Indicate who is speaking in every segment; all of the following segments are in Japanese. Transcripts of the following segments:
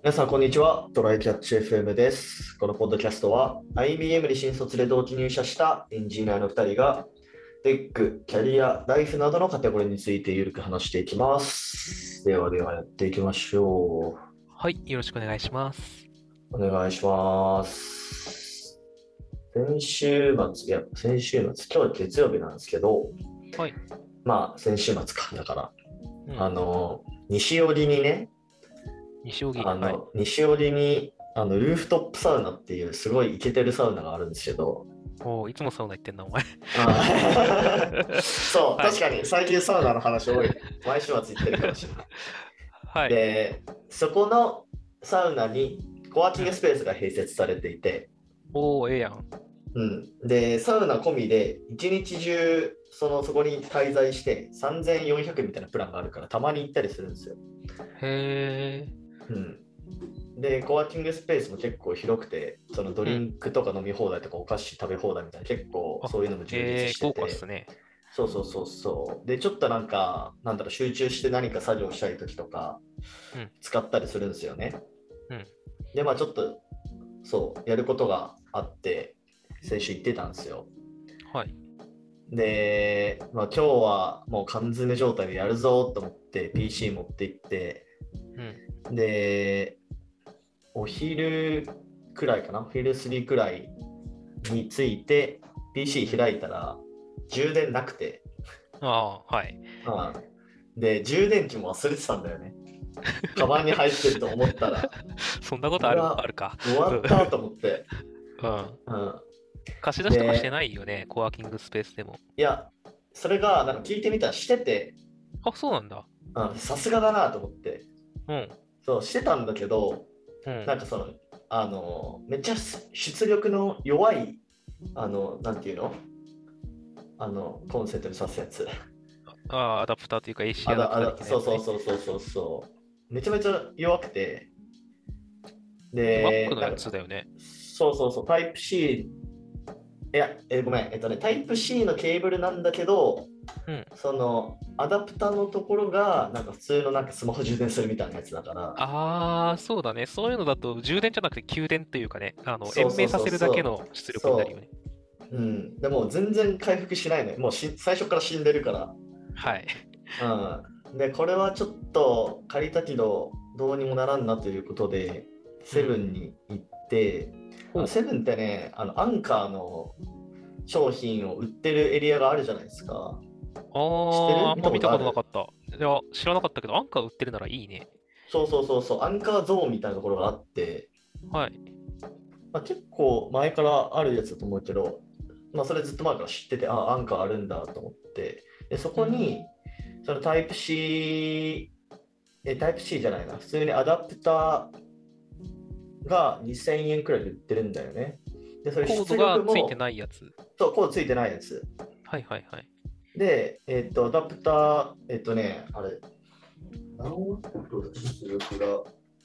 Speaker 1: 皆さん、こんにちは。トライキャッチ FM です。このポッドキャストは、IBM に新卒で同期入社したエンジニアの2人が、テック、キャリア、ライフなどのカテゴリーについてゆるく話していきます。ではではやっていきましょ
Speaker 2: はい、よろしくお願いします。
Speaker 1: う。お願いします。先週末、今日月曜日なんですけど、
Speaker 2: はい。
Speaker 1: 先週末か、だから、
Speaker 2: うん。
Speaker 1: 西寄りにね、
Speaker 2: 西荻。はい。
Speaker 1: 西寄りにルーフトップサウナっていうすごいイケてるサウナがあるんですけど、
Speaker 2: おー、いつもサウナ行ってんな、お前。
Speaker 1: そう、
Speaker 2: はい。
Speaker 1: 確かに最近サウナの話多いね。毎週末行ってるかもしれない。
Speaker 2: はい。
Speaker 1: で、そこのサウナにコワーキング
Speaker 2: うん。
Speaker 1: スペースが併設されていて、
Speaker 2: おー、ええやん。
Speaker 1: うん、で、サウナ込みで一日中そこに滞在して3400円みたいなプランがあるからたまに行ったりするんですよ。
Speaker 2: へえ。
Speaker 1: うん、で、コワーキングスペースも結構広くて、そのド
Speaker 2: うん。
Speaker 1: リンクとか飲み放題とかお菓子食べ放題みたいな結構
Speaker 2: あ、
Speaker 1: そういうのも充実して
Speaker 2: 豪華っす
Speaker 1: て、
Speaker 2: ね。
Speaker 1: そう。で、ちょっとなんか、なんだろう、集中して何か作業したい時とか
Speaker 2: うん。
Speaker 1: 使ったりするんですよね。
Speaker 2: うん。
Speaker 1: で、ちょっと、そう、やることがあって、先週行ってたんですよ。
Speaker 2: はい。
Speaker 1: で、今日はもう缶詰状態でやるぞと思って PC 持って行って、
Speaker 2: うん。
Speaker 1: で、お昼くらいかな、お昼過ぎくらいについて PC
Speaker 2: うん。
Speaker 1: 開いたら充電なくて、
Speaker 2: ああ、はい。
Speaker 1: で、充電器も忘れてたんだよね。カバンに入ってると思ったら、
Speaker 2: そんなことある、あ
Speaker 1: うわ、
Speaker 2: るか。
Speaker 1: 終
Speaker 2: うん。
Speaker 1: わったと思って。
Speaker 2: うん。
Speaker 1: うん、
Speaker 2: 貸し出しとかして
Speaker 1: で、
Speaker 2: ないよね、コワーキングスペースでも。
Speaker 1: いや、それがなんか聞いてみたらしてて、
Speaker 2: あ、そうなんだ。
Speaker 1: さすがだなと思って、
Speaker 2: うん。
Speaker 1: そう、してたんだけど、
Speaker 2: うん。
Speaker 1: なんかめっちゃ出力の弱い、なんていうのコンセントに挿すやつ。
Speaker 2: ああ、アダプターというか AC アダプター的な
Speaker 1: そう
Speaker 2: やつね。
Speaker 1: そう。めちゃめちゃ弱くて、
Speaker 2: Mac
Speaker 1: で、
Speaker 2: のや
Speaker 1: なんか、
Speaker 2: つだよね。
Speaker 1: タイプ C、いや、ごめん、タイプ C のケーブルなんだけど、
Speaker 2: うん。
Speaker 1: そのアダプターのところが、なんか普通のなんかスマホ充電するみたいなやつだから、
Speaker 2: ああ、そうだね。そういうのだと充電じゃなくて給電というかね、
Speaker 1: そうそうそう
Speaker 2: 延命させるだけの
Speaker 1: そう、
Speaker 2: 出力になるよね。
Speaker 1: でも全然回復しないのよ。もう最初から死んでるから。
Speaker 2: はい。
Speaker 1: で、これはちょっと借りたけど、どうにもならんなということで、セブ
Speaker 2: うん。
Speaker 1: ンに行って、
Speaker 2: ほう。
Speaker 1: セブンってね、アンカーの商品を売ってるエリアがあるじゃないですか。知って
Speaker 2: ああ、
Speaker 1: る？見た
Speaker 2: あんま見た
Speaker 1: ことある？
Speaker 2: ことなかった。いや、知らなかったけど、アンカー売ってるならいいね。
Speaker 1: そう、アンカーゾーンみたいなところがあって、
Speaker 2: はい。
Speaker 1: 結構前からあるやつだと思うけど、それずっと前から知ってて、アンカーあるんだと思って、で、そ
Speaker 2: うん。
Speaker 1: こに、そのタイプ C、タイプ C じゃないな、普通にアダプターが2000円くらいで売ってるんだよね。で、それ
Speaker 2: コード
Speaker 1: 出
Speaker 2: がついて
Speaker 1: 力も、
Speaker 2: ないやつ。
Speaker 1: そう、コードついてないやつ。
Speaker 2: はいはいはい。
Speaker 1: で、アダプター、あれ、何ワットだ出力が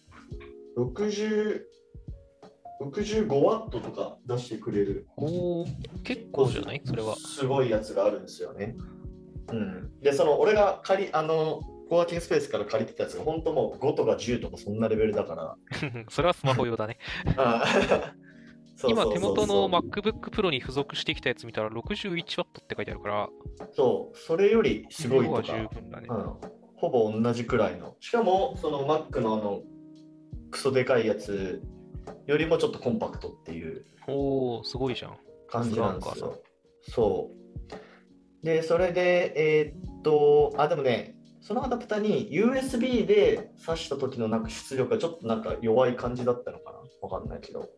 Speaker 1: 60、65ワットとか出してくれる、
Speaker 2: おー、結
Speaker 1: 結構
Speaker 2: 構じゃないそれは。
Speaker 1: すごいやつがあるんですよね。で、俺がコワーキングスペースから借りてたやつが、本当もう5とか10とかそんなレベルだから、
Speaker 2: それはスマホ用だね。
Speaker 1: あそう
Speaker 2: 今
Speaker 1: そうそう
Speaker 2: 手元の
Speaker 1: そ
Speaker 2: MacBook Pro に付属してきたやつ見たら 61W って書いてあるから、
Speaker 1: そう、それよりすご
Speaker 2: 量は十
Speaker 1: いとか、
Speaker 2: 分だね。
Speaker 1: ほぼ同じくらいの。しかも、その Mac のクソでかいやつよりもちょっとコンパクトっていう
Speaker 2: おー、すごいじゃん。さす
Speaker 1: 感じ
Speaker 2: がアンカーさん。
Speaker 1: なんですよ。そう。で、それで、でもね、そのアダプタに USB で挿した時のなんか出力がちょっとなんか弱い感じだったのかな、わかんないけど。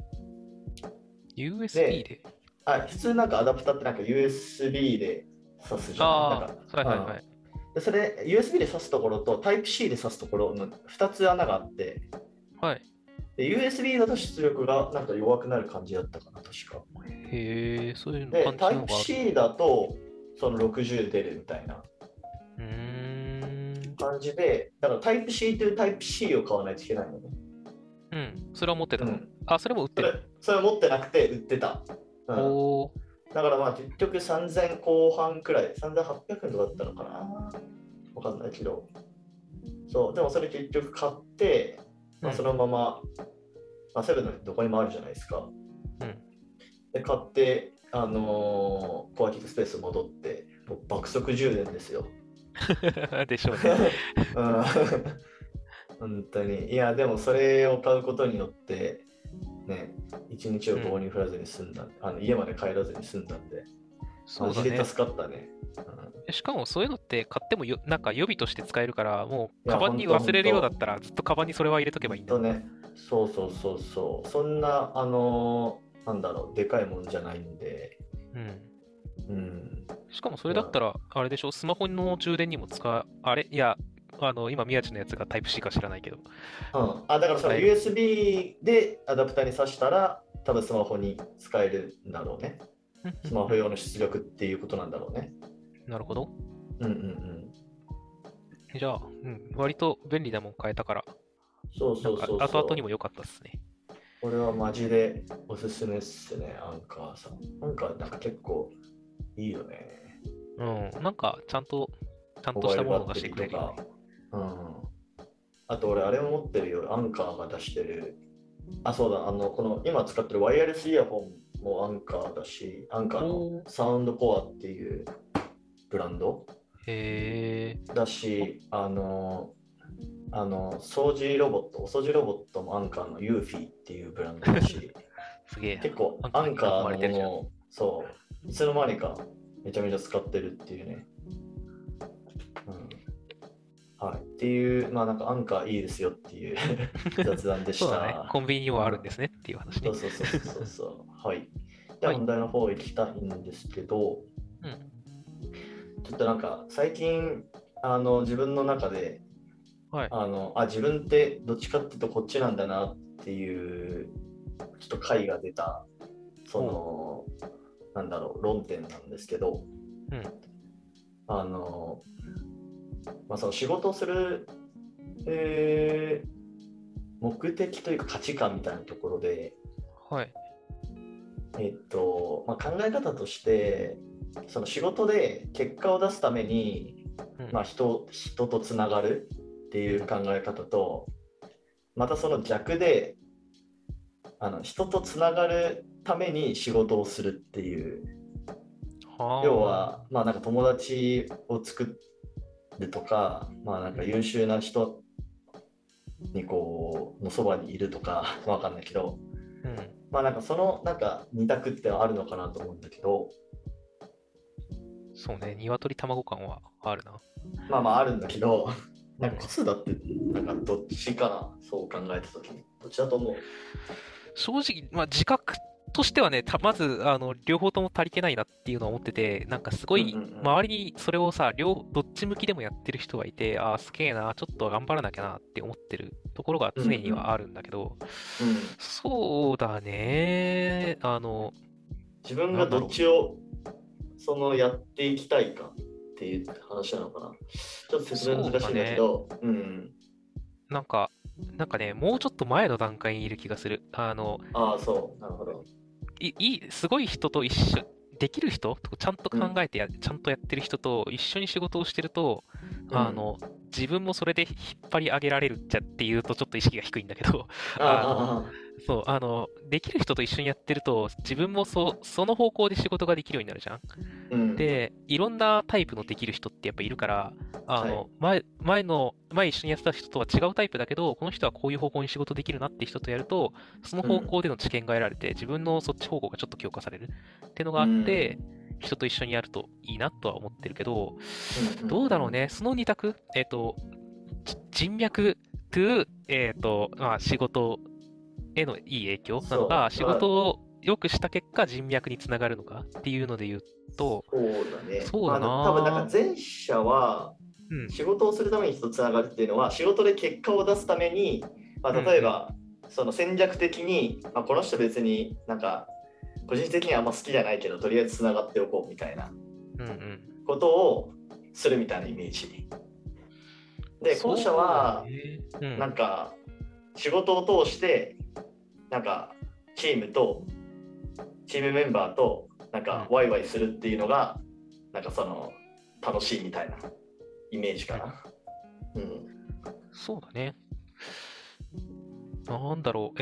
Speaker 2: USB
Speaker 1: で、
Speaker 2: で。
Speaker 1: 普通なんかアダプタってなんか USB で挿すじゃないなん
Speaker 2: あ
Speaker 1: か、
Speaker 2: あ、はいはいはい。
Speaker 1: で、それ USB で挿すところと Type-C で挿すところの2つ穴があって、
Speaker 2: はい。
Speaker 1: で USB だと出力がなんか弱くなる感じだったかな、確か。
Speaker 2: へえ、そういう
Speaker 1: で、
Speaker 2: 感じのがあるんだ。
Speaker 1: Type-C だとその60出るみたいな
Speaker 2: うーん。
Speaker 1: 感じで、だから Type-C という Type-C を買わないといけないのね。
Speaker 2: うん。それは持ってたの？
Speaker 1: うん。
Speaker 2: あ、それも売ってる。
Speaker 1: それ持ってなくて売ってた。うん。
Speaker 2: おー。
Speaker 1: だから結局3000後半くらい、3800円とかだったのかな。わかんないけど。そう、でもそれ結局買って、 まあ、そのまま、まあ、セブンのどこにもあるじゃないですか。で、買って、コワーキングスペース戻って、もう爆速充電ですよ。
Speaker 2: でしょうね。
Speaker 1: うん、本当に。いや、でもそれを買うことによって、ね、一日を棒に振らずに済んだ、家まで帰らずに済んだんで、
Speaker 2: そうだね。
Speaker 1: マジで助かったね。
Speaker 2: しかもそういうのって買ってもなんか予備として使えるから、もう
Speaker 1: いや、
Speaker 2: カバンに忘れるようだったらずっとカバンにそれは入れとけばいいんだよ。
Speaker 1: ね、そうそうそうそう、そんな、なんだろう、でかいもんじゃないんで、
Speaker 2: うん。
Speaker 1: うん。
Speaker 2: しかもそれだったら、あれでしょ、スマホの充電にもあれいや、今、宮地のやつがタイプ C か知らないけど、
Speaker 1: だからその
Speaker 2: 使える。
Speaker 1: USB でアダプターに挿したら、多分スマホに使えるんだろうね。スマホ用の出力っていうことなんだろうね。
Speaker 2: なるほど。
Speaker 1: うんうんうん。
Speaker 2: じゃあ、割と便利なもん買えたから、
Speaker 1: そうそうそう
Speaker 2: 後々に
Speaker 1: そう。
Speaker 2: も良かったっすね。
Speaker 1: これはマジでおすすめっすね、アンカーさん。アンカーなんか結構いいよね。
Speaker 2: なんか、ちゃんと
Speaker 1: モバイ
Speaker 2: したものを出
Speaker 1: ルバッテ
Speaker 2: してくれるよ
Speaker 1: リーとか。
Speaker 2: ね。
Speaker 1: うん。あと俺あれも持ってるよ。アンカーが出してる。あ、そうだ。この今使ってるワイヤレスイヤホンもアンカーだし、アンカーの
Speaker 2: おー、
Speaker 1: サウンドコアっていうブランド
Speaker 2: へ
Speaker 1: だし、掃除ロボット、お掃除ロボットもアンカーのユーフィーっていうブランドだし、
Speaker 2: すげえ。
Speaker 1: 結構
Speaker 2: アンカーに囲
Speaker 1: アンカー
Speaker 2: まれてるじゃん。
Speaker 1: のものを、そう、いつの間にかめちゃめちゃ使ってるっていうね。はい。っていう、まあなんかアンカーいいですよっていう雑談でし
Speaker 2: そうだね。
Speaker 1: た。
Speaker 2: コンビニにはあるんですねっていう話ね。
Speaker 1: そうそうそうそうそう。はい。では
Speaker 2: はい。
Speaker 1: 本題の方行きたいんですけど、
Speaker 2: うん。
Speaker 1: ちょっとなんか最近、自分の中で、
Speaker 2: はい。
Speaker 1: 自分ってどっちかっていうとこっちなんだなっていう、ちょっと解が出た、そ
Speaker 2: おう。
Speaker 1: の、なんだろう、論点なんですけど、
Speaker 2: うん。
Speaker 1: その仕事をする、目的というか価値観みたいなところで、
Speaker 2: はい。
Speaker 1: 考え方としてその仕事で結果を出すために、
Speaker 2: うん。
Speaker 1: 人とつながるっていう考え方と、またその逆で人とつながるために仕事をするっていう、要
Speaker 2: は
Speaker 1: はなんか友達を作るとか、なんか優秀な人にのそばにいるとかわかんないけど、
Speaker 2: あ。うん。
Speaker 1: なんかそのなんか二択ってのはあるのかなと思うんだけど、
Speaker 2: そうね。鶏卵感はあるな。
Speaker 1: あるんだけど、
Speaker 2: うん。
Speaker 1: なんかコスダってなんかどっちかな、そう考えたときに。どっちだと思う？
Speaker 2: 正直、自覚としてはね、まず、両方とも足りてないなっていうのは思ってて、なんかすごい、
Speaker 1: うんうんうん。
Speaker 2: 周りにそれをさ、どっち向きでもやってる人がいて、ああ、すげえな、ちょっと頑張らなきゃなって思ってるところが
Speaker 1: うんう
Speaker 2: 常にはあ
Speaker 1: ん
Speaker 2: るんだけど、
Speaker 1: うん。
Speaker 2: そうだね、
Speaker 1: 自分がどっ
Speaker 2: なんだろ
Speaker 1: ちをやっていきたいかっていう話なのかな。ちょっと
Speaker 2: う。
Speaker 1: 説明
Speaker 2: そう
Speaker 1: 難しいんだけ
Speaker 2: だね。
Speaker 1: ど、うん。
Speaker 2: なんか、ね、もうちょっと前の段階にいる気がする。
Speaker 1: ああ、そう、なるほど。
Speaker 2: すごい人とできる人とちゃんと
Speaker 1: うん。
Speaker 2: 考えてちゃんとやってる人と一緒に仕事をしてると、
Speaker 1: うん。
Speaker 2: 自分もそれで引っ張り上げられるっちゃっていうとちょっと意識が低いんだけど、
Speaker 1: あ
Speaker 2: あの、
Speaker 1: あ、
Speaker 2: そう、できる人と一緒にやってると、自分もその方向で仕事ができるようになるじゃん。
Speaker 1: うん。
Speaker 2: で、いろんなタイプのできる人ってやっぱいるから、
Speaker 1: はい。
Speaker 2: 前一緒にやってた人とは違うタイプだけど、この人はこういう方向に仕事できるなって人とやると、その
Speaker 1: うん。
Speaker 2: 方向での知見が得られて、自分のそっち方向がちょっと強化されるっていうのが
Speaker 1: う
Speaker 2: あって、
Speaker 1: ん。
Speaker 2: 人と一緒にやるといいなとは思ってるけど、
Speaker 1: うん。うん。
Speaker 2: どうだろうね、その二択、人脈 to、仕事へのいい影響なのか、
Speaker 1: そう。
Speaker 2: 仕事を良くした結果人脈につながるのかっていうので言うと、
Speaker 1: そうだね。
Speaker 2: そうだ
Speaker 1: 多分なんか
Speaker 2: な
Speaker 1: 前者は、
Speaker 2: うん、
Speaker 1: 仕事をするために人とつながるっていうのは、仕事で結果を出すために、
Speaker 2: うん、うん、
Speaker 1: 例えば、その戦略的に、この人別になんか、個人的にはあんま好きじゃないけど、とりあえずつながっておこうみたいな
Speaker 2: うん、うん。
Speaker 1: ことをするみたいなイメージ。で、後者
Speaker 2: そうだ
Speaker 1: は、
Speaker 2: ね。うん、
Speaker 1: なんか、仕事を通して、なんか、チームと、チームメンバーと、なんか、
Speaker 2: うん、
Speaker 1: ワイワイするっていうのが、なんか楽しいみたいなイメージ
Speaker 2: うん。
Speaker 1: かな。うん。
Speaker 2: そうだね。 なんだろう、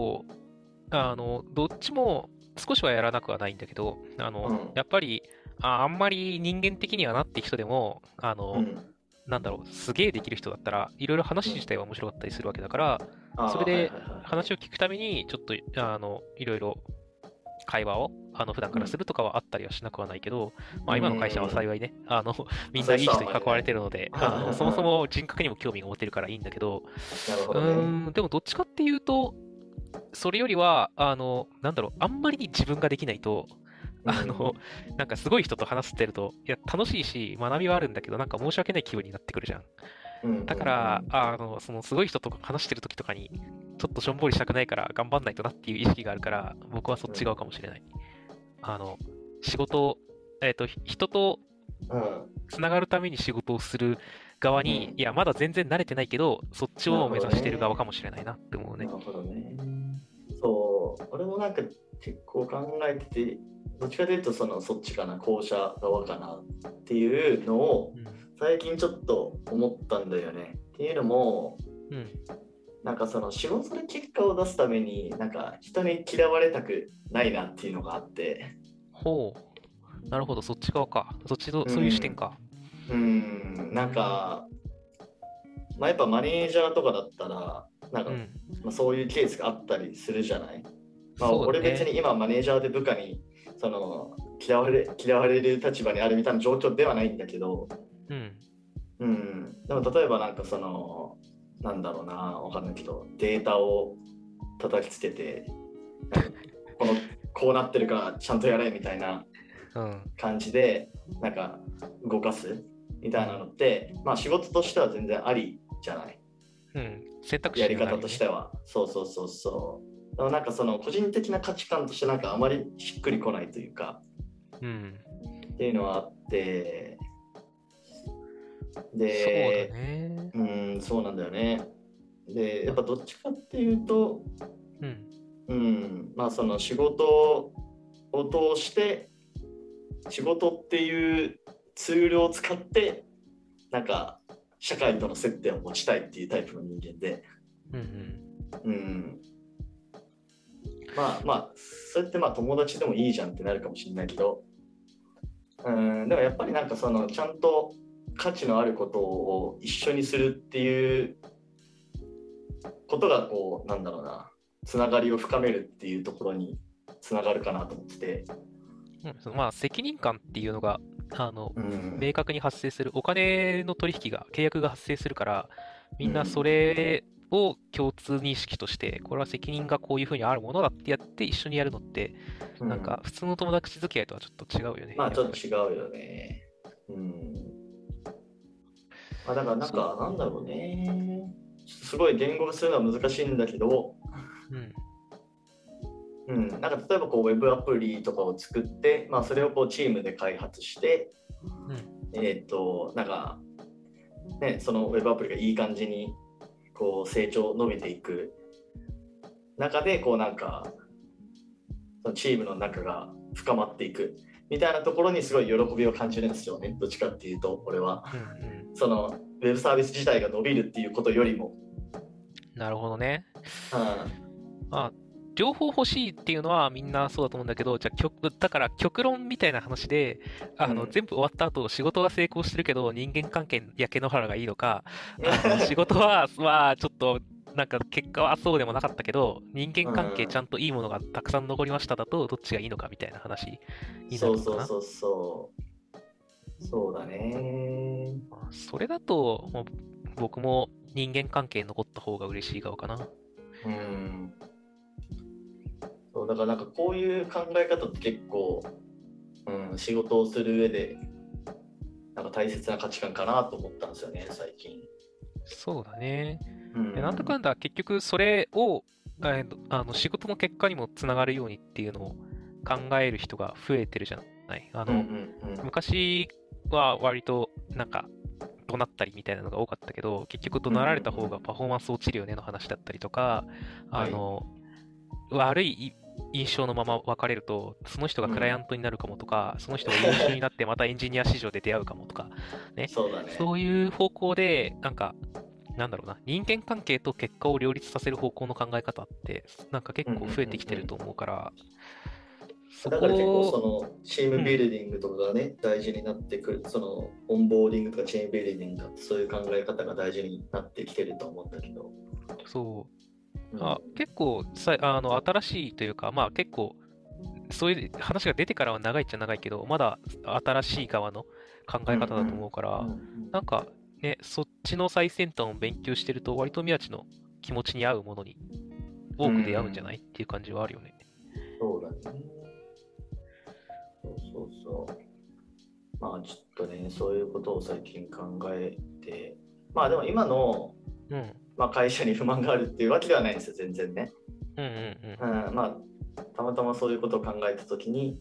Speaker 2: どっちも少しはやらなくはないんだけど、
Speaker 1: うん。
Speaker 2: やっぱり、あんまり人間的にはなって人でも、
Speaker 1: うん。
Speaker 2: なんだろう、すげえできる人だったら、いろいろ話
Speaker 1: うん。
Speaker 2: 自体は面白かったりするわけだから、
Speaker 1: ああ、はいはい
Speaker 2: それで
Speaker 1: はいはい。
Speaker 2: 話を聞くために、ちょっと、いろいろ会話を、普段からす
Speaker 1: うん。
Speaker 2: るとかはあったりはしなくはないけど、まあ、
Speaker 1: うん。
Speaker 2: 今の会社は
Speaker 1: うん。
Speaker 2: 幸いね、み
Speaker 1: あ、
Speaker 2: んないい
Speaker 1: そういう人はあ
Speaker 2: 人に囲われ
Speaker 1: んまりね。
Speaker 2: てるので、そもそも人格にも興味が持てるからいいんだけど、
Speaker 1: なるほどね。
Speaker 2: でもどっちかっていうと、それよりは、なんだろう、あんまりに自分ができないと、
Speaker 1: う
Speaker 2: あの、
Speaker 1: ん。
Speaker 2: なんかすごい人と話してると、いや、楽しいし、学びはあるんだけど、なんか申し訳ない気分になってくるじゃん。
Speaker 1: うん。うん。
Speaker 2: だから、
Speaker 1: うん。
Speaker 2: そのすごい人と話してる時とかに、ちょっとしょんぼりしたくないから頑張んないとなっていう意識があるから、僕はそっち側かもしれない。あの、仕事、人と
Speaker 1: うん。
Speaker 2: つながるために仕事をする側に、い
Speaker 1: うん。
Speaker 2: や、まだ全然慣れてないけど、そっちを目
Speaker 1: なるほど
Speaker 2: 指してる側か
Speaker 1: ね。
Speaker 2: もしれないなって思うね。
Speaker 1: なるほどね。そう、俺もなんか結構考えてて、どっちかというとそっちかな、後者側かなっていうのを
Speaker 2: うん。
Speaker 1: 最近ちょっと思ったんだよね。っていうのも、
Speaker 2: うん。
Speaker 1: なんかその仕事で結果を出すために、なんか人に嫌われたくないなっていうのがあって、
Speaker 2: ほう。なるほど、そっち側か。そっちの、
Speaker 1: う
Speaker 2: そういう視点
Speaker 1: ん、
Speaker 2: か。
Speaker 1: なん
Speaker 2: うん。
Speaker 1: か、まあ、やっぱマネージャーとかだったら、なんか、
Speaker 2: うん。
Speaker 1: まあ、そういうケースがあったりするじゃない。まあ、
Speaker 2: そうだ
Speaker 1: 俺別
Speaker 2: ね。
Speaker 1: に今マネージャーで部下にその嫌われる立場にあるみたいな状況ではないんだけど、
Speaker 2: うん。
Speaker 1: でも例えばなんかなんだろうな、わかんないけど、データを叩きつけて、なんかこうなってるからちゃんとやれみたいな
Speaker 2: うん。
Speaker 1: 感じで、なんか動かすみたいな
Speaker 2: うん。
Speaker 1: のって、まあ仕事としては全然ありじゃない。
Speaker 2: うん。選択肢に
Speaker 1: やり方
Speaker 2: はなるよね。
Speaker 1: としては。そうそうそうそう。でもなんかその個人的な価値観としてなんかあまりしっくりこないというか、
Speaker 2: うん。
Speaker 1: っていうのはあって、
Speaker 2: そうだ
Speaker 1: で、
Speaker 2: ね。
Speaker 1: そうなんだよね。で、やっ
Speaker 2: ま、
Speaker 1: ぱどっちかっていうと、
Speaker 2: うん。
Speaker 1: まあその仕事を通して、仕事っていうツールを使って、なんか社会との接点を持ちたいっていうタイプの人間で、
Speaker 2: うん。うん。
Speaker 1: うん、まあまあ、それってまあ友達でもいいじゃんってなるかもしれないけど、でもやっぱりなんかちゃんと価値のあることを一緒にするっていうことがこうなんだろうな、つながりを深めるっていうところにつながるかなと思ってて、
Speaker 2: まあ、責任感っていうのが、
Speaker 1: うん、
Speaker 2: 明確に発生する。お金の取引が、契約が発生するから、みんなそ
Speaker 1: うん、
Speaker 2: れを共通認識として、これは責任がこういうふうにあるものだってやって一緒にやるのって、なんか
Speaker 1: うん、
Speaker 2: 普通の友達付き合いとはちょっと違うよね、
Speaker 1: まあちょっ
Speaker 2: やっぱり。
Speaker 1: と違うよね。まあ、だからなん
Speaker 2: そう。
Speaker 1: かなんだろうね、すごい言語化するのは難しいんだけど、
Speaker 2: うん。
Speaker 1: なんか例えばこうウェブアプリとかを作って、まあ、それをこうチームで開発して、
Speaker 2: うん。
Speaker 1: なんか、ね、そのウェブアプリがいい感じにこう成長伸びていく中でこうなんかそのチームの中が深まっていくみたいなところにすごい喜びを感じるんですよね。どっちかっていうと俺は
Speaker 2: うん。うん。
Speaker 1: そのウェブサービス自体が伸びるっていうことよりも、
Speaker 2: なるほどね。
Speaker 1: うん、
Speaker 2: まあ、両方欲しいっていうのはみんなそうだと思うんだけど、じゃあだから極論みたいな話で、
Speaker 1: うん、
Speaker 2: 全部終わった後、仕事は成功してるけど、人間関係焼け野原がいいのか、仕事は、まあ、ちょっと、なんか結果はそうでもなかったけど、人間
Speaker 1: う
Speaker 2: 関係ちゃん
Speaker 1: ん、
Speaker 2: といいものがたくさん残りましただと、どっちがいいのかみたいな話にな
Speaker 1: そ
Speaker 2: るのかな。
Speaker 1: うそうそうそうだね。
Speaker 2: まあそれだと、もう僕も人間関係残った方が嬉しい側かな。
Speaker 1: うん、そうだからなんかこういう考え方って結構、仕事をする上でなんか大切な価値観かなと思ったんですよね最近。
Speaker 2: そうだね。
Speaker 1: う
Speaker 2: なんだか
Speaker 1: ん、
Speaker 2: んだ結局それを、仕事の結果にもつながるようにっていうのを考える人が増えてるじゃない。
Speaker 1: うんうん
Speaker 2: 昔は割となんか怒鳴ったりみたいなのが多かったけど、結局怒
Speaker 1: うんうんう
Speaker 2: 鳴られた方
Speaker 1: ん。
Speaker 2: がパフォーマンス落ちるよねの話だったりとか、
Speaker 1: はい。
Speaker 2: あの、悪い印象のまま別れると、その人がクライア
Speaker 1: うん。
Speaker 2: ントになるかもとか、その人が優秀になってまたエンジニア市場で出会うかもとか、ね。
Speaker 1: そうだね。
Speaker 2: そういう方向で、なんかなんだろうな、人間関係と結果を両立させる方向の考え方って、なんか結構増えてきてると思うから、そ
Speaker 1: だから結構そ
Speaker 2: こ、
Speaker 1: のチームビルディングとかがね、大事になってくる、そのオンボーディングとかチームビルディングとかそういう考え方が大事になってきてると思うんだけど。
Speaker 2: そう、
Speaker 1: うん
Speaker 2: 結構新しいというか、まあ結構、そういう話が出てからは長いっちゃ長いけど、まだ新しい側の考え方だと思うから、なんかね、そっちの最先端を勉強してると、割と宮地の気持ちに合うものに多く出会うんじゃないっていう感じはあるよね。
Speaker 1: そうだね。そう。まあちょっとね、そういうことを最近考えて、まあでも今の、会社に不満があるっていうわけではないんですよ、全然ね。まあたまたまそういうことを考えたときに、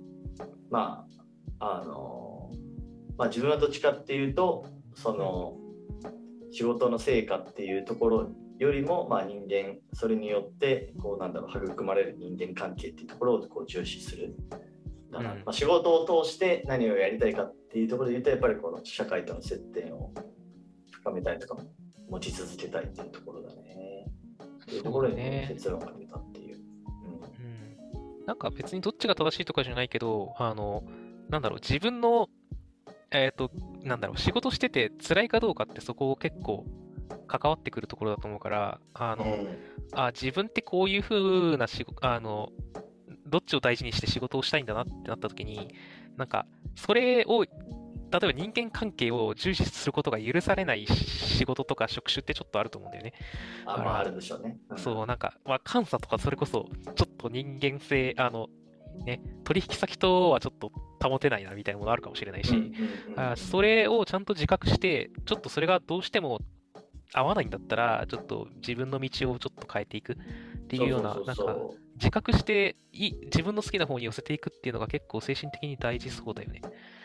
Speaker 1: 自分はどっちかっていうと、その仕事の成果っていうところよりも、人間、それによって育まれる人間関係っていうところを重視する。だから、仕事を通して何をやりたいかっていうところで言うと、やっぱりこの社会との接点を深めたいとか持ち続けたいっていうところだね。っていうところに結論をかけたっていう。
Speaker 2: なんか別にどっちが正しいとかじゃないけど、自分の、仕事してて辛いかどうかってそこを結構関わってくるところだと思うから、自分ってこういう風などっちを大事にして仕事をしたいんだなってなった時に、それを、例えば人間関係を重視することが許されない仕事とか職種ってちょっとあると思うんだよね。
Speaker 1: あるでしょうね。
Speaker 2: そう、監査とかそれこそ、ちょっと人間性、取引先とはちょっと保てないなみたいなものあるかもしれないし、それをちゃんと自覚して、ちょっとそれがどうしても合わないんだったら、ちょっと自分の道をちょっと変えていくっていうような、自覚して自分の好きな方に寄せていくっていうのが結構精神的に大事そうだよね。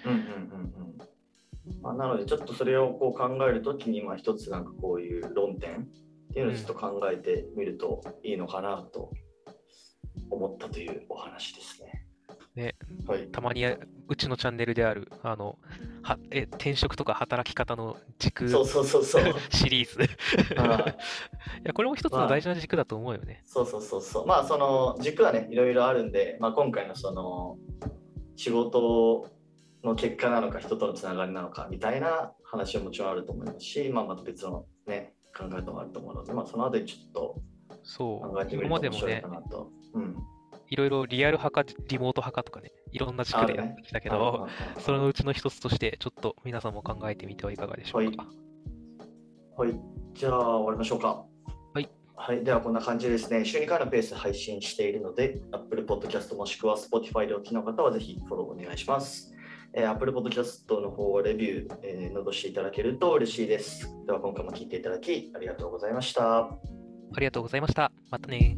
Speaker 1: なのでちょっとそれをこう考えるときに、一つこういう論点っていうのをちょっと考えてみるといいのかなと思ったというお話ですね。
Speaker 2: ね、たまにうちのチャンネルである転職とか働き方の軸シリーズいやこれも一つの大事な軸だと思うよね。
Speaker 1: その軸はねいろいろあるんで、今回のその仕事の結果なのか人とのつながりなのかみたいな話はもちろんあると思いますし、また別のね考え方もあると思うので、そのあたりちょっと考えてみると面白いかなと。
Speaker 2: いろいろリアル派かリモート派かとかね、いろんな軸でやってきたけど、そのうちの一つとして、ちょっと皆さんも考えてみてはいかがでしょうか。
Speaker 1: はい。じゃあ終わりましょうか。はい。ではこんな感じでですね、週2回のペースで配信しているので、Apple Podcast もしくは Spotify でお聞きの方はぜひフォローお願いします。Apple Podcast の方はレビュー、などしていただけると嬉しいです。では今回も聞いていただきありがとうございました。
Speaker 2: ありがとうございました。またね。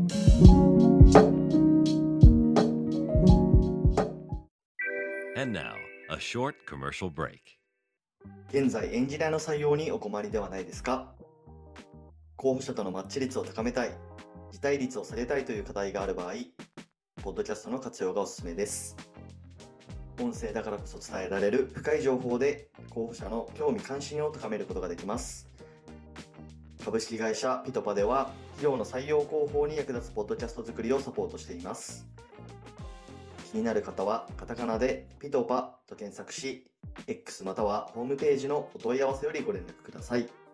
Speaker 3: And now, a short commercial break.
Speaker 1: 現在エンジニアの採用にお困りではないですか？候補者とのマッチ率を高めたい、辞退率を下げたいという課題がある場合、ポッドキャストの活用がおすすめです。音声だからこそ伝えられる深い情報で候補者の興味関心を高めることができます。株式会社ピトパでは企業の採用広報に役立つポッドキャスト作りをサポートしています。気になる方はカタカナでピトパと検索し、X またはホームページのお問い合わせよりご連絡ください。